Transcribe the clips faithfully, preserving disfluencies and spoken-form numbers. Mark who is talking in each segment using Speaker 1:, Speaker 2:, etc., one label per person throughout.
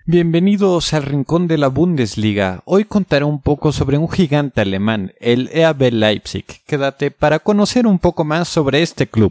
Speaker 1: Bienvenidos al rincón de la Bundesliga. Hoy contaré un poco sobre un gigante alemán, el R B Leipzig. Quédate para conocer un poco más sobre este club.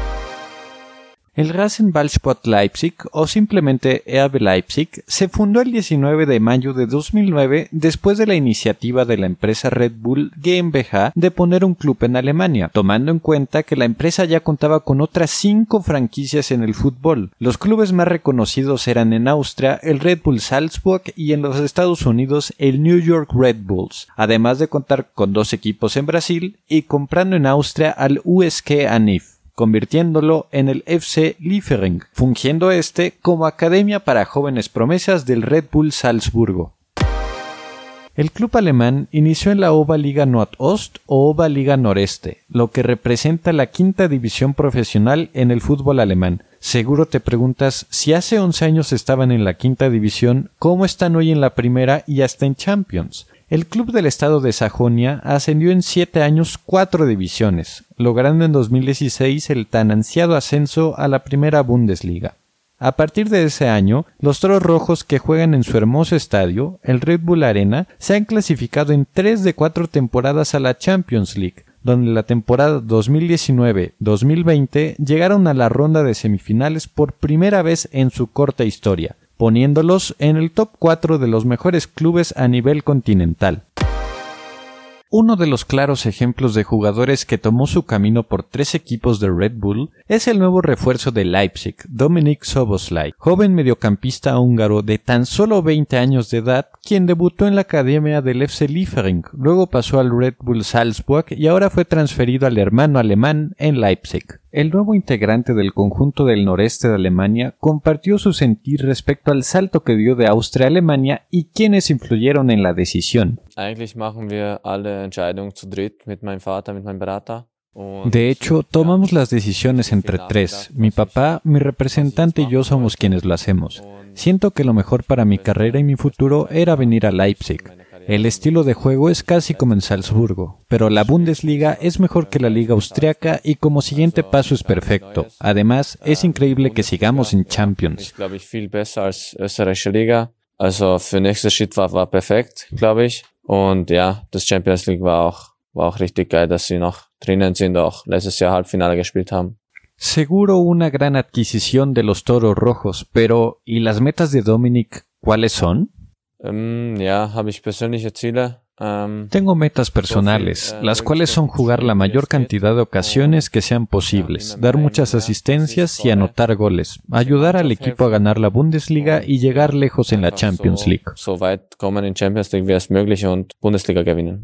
Speaker 1: El Rasenballsport Leipzig, o simplemente R B Leipzig, se fundó el diecinueve de mayo de dos mil nueve después de la iniciativa de la empresa Red Bull GmbH de poner un club en Alemania, tomando en cuenta que la empresa ya contaba con otras cinco franquicias en el fútbol. Los clubes más reconocidos eran en Austria el Red Bull Salzburg y en los Estados Unidos el New York Red Bulls, además de contar con dos equipos en Brasil y comprando en Austria al U S K Anif, convirtiéndolo en el F C Liefering, fungiendo este como academia para jóvenes promesas del Red Bull Salzburgo. El club alemán inició en la Oberliga Nordost o Oberliga Noreste, lo que representa la quinta división profesional en el fútbol alemán. Seguro te preguntas, si hace once años estaban en la quinta división, ¿cómo están hoy en la primera y hasta en Champions? El club del estado de Sajonia ascendió en siete años cuatro divisiones, logrando en dos mil dieciséis el tan ansiado ascenso a la primera Bundesliga. A partir de ese año, los Toros Rojos que juegan en su hermoso estadio, el Red Bull Arena, se han clasificado en tres de cuatro temporadas a la Champions League, donde la temporada dos mil diecinueve dos mil veinte llegaron a la ronda de semifinales por primera vez en su corta historia, poniéndolos en el top cuatro de los mejores clubes a nivel continental. Uno de los claros ejemplos de jugadores que tomó su camino por tres equipos de Red Bull es el nuevo refuerzo de Leipzig, Dominik Szoboszlai, joven mediocampista húngaro de tan solo veinte años de edad, quien debutó en la academia del F C Liefering, luego pasó al Red Bull Salzburg y ahora fue transferido al hermano alemán en Leipzig. El nuevo integrante del conjunto del noreste de Alemania compartió su sentir respecto al salto que dio de Austria a Alemania y quienes influyeron en la decisión. De hecho, tomamos las decisiones entre tres. Mi papá, mi representante y yo somos quienes lo hacemos. Siento que lo mejor para mi carrera y mi futuro era venir a Leipzig. El estilo de juego es casi como en Salzburgo, pero la Bundesliga es mejor que la liga austriaca y como siguiente paso es perfecto. Además, es increíble que sigamos en Champions.
Speaker 2: Also für nächster Schritt war, war perfekt, glaube ich. Und ja, das Champions League war auch, war auch richtig geil, dass sie noch drinnen sind, auch letztes Jahr Halbfinale gespielt haben.
Speaker 1: Seguro una gran adquisición de los Toros Rojos, pero ¿y las metas de Dominik cuáles son?
Speaker 2: Um, ja, habe ich persönliche Ziele. Um,
Speaker 1: Tengo metas personales, las cuales son jugar la mayor cantidad de ocasiones que sean posibles, dar muchas asistencias y anotar goles, ayudar al equipo a ganar la Bundesliga y llegar lejos en la Champions League.
Speaker 2: So weit kommen in Champions League wie es möglich und Bundesliga gewinnen.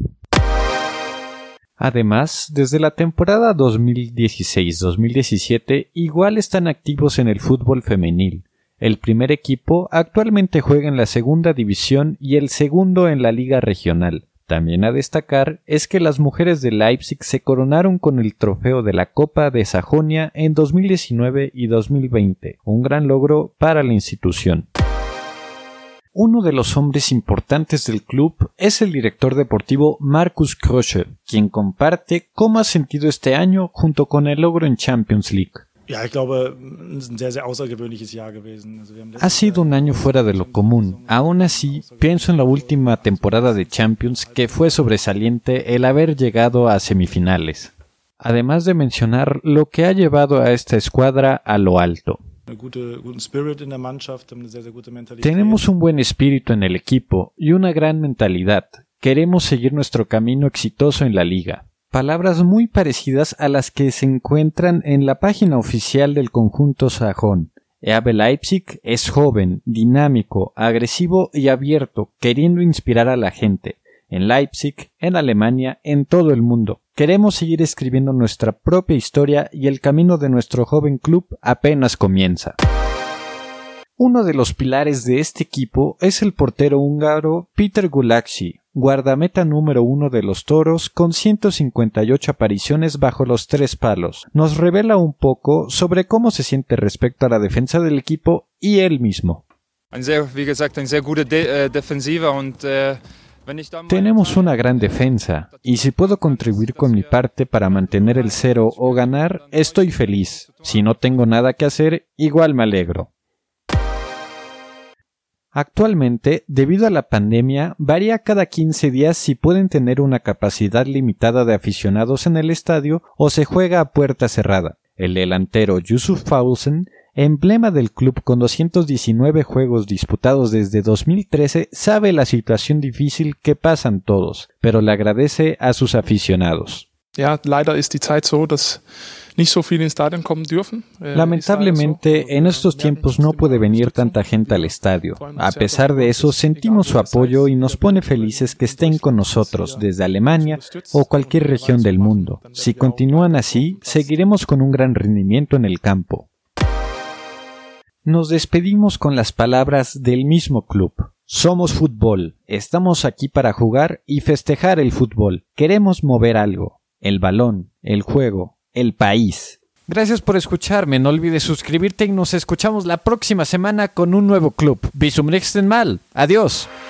Speaker 1: Además, desde la temporada dos mil dieciséis dos mil diecisiete, igual están activos en el fútbol femenil. El primer equipo actualmente juega en la segunda división y el segundo en la liga regional. También a destacar es que las mujeres de Leipzig se coronaron con el trofeo de la Copa de Sajonia en dos mil diecinueve y dos mil veinte, un gran logro para la institución. Uno de los hombres importantes del club es el director deportivo Markus Krösche, quien comparte cómo ha sentido este año junto con el logro en Champions League. Ha sido un año fuera de lo común. Aún así, pienso en la última temporada de Champions que fue sobresaliente el haber llegado a semifinales. Además de mencionar lo que ha llevado a esta escuadra a lo alto. Tenemos un buen espíritu en el equipo y una gran mentalidad. Queremos seguir nuestro camino exitoso en la liga. Palabras muy parecidas a las que se encuentran en la página oficial del conjunto sajón. R B Leipzig es joven, dinámico, agresivo y abierto, queriendo inspirar a la gente. En Leipzig, en Alemania, en todo el mundo. Queremos seguir escribiendo nuestra propia historia y el camino de nuestro joven club apenas comienza. Uno de los pilares de este equipo es el portero húngaro Péter Gulácsi, guardameta número uno de los Toros con ciento cincuenta y ocho apariciones bajo los tres palos. Nos revela un poco sobre cómo se siente respecto a la defensa del equipo y él mismo. Tenemos una gran defensa, y si puedo contribuir con mi parte para mantener el cero o ganar, estoy feliz. Si no tengo nada que hacer, igual me alegro. Actualmente, debido a la pandemia, varía cada quince días si pueden tener una capacidad limitada de aficionados en el estadio o se juega a puerta cerrada. El delantero Yusuf Poulsen, emblema del club con doscientos diecinueve juegos disputados desde dos mil trece, sabe la situación difícil que pasan todos, pero le agradece a sus aficionados.
Speaker 3: Ja, leider ist die Zeit so, dass nicht so viele ins Stadion kommen dürfen.
Speaker 1: Lamentablemente, en estos tiempos no puede venir tanta gente al estadio. A pesar de eso, sentimos su apoyo y nos pone felices que estén con nosotros desde Alemania o cualquier región del mundo. Si continúan así, seguiremos con un gran rendimiento en el campo. Nos despedimos con las palabras del mismo club. Somos fútbol, estamos aquí para jugar y festejar el fútbol. Queremos mover algo. El balón, el juego, el país. Gracias por escucharme, no olvides suscribirte y nos escuchamos la próxima semana con un nuevo club. Bis zum nächsten Mal. Adiós.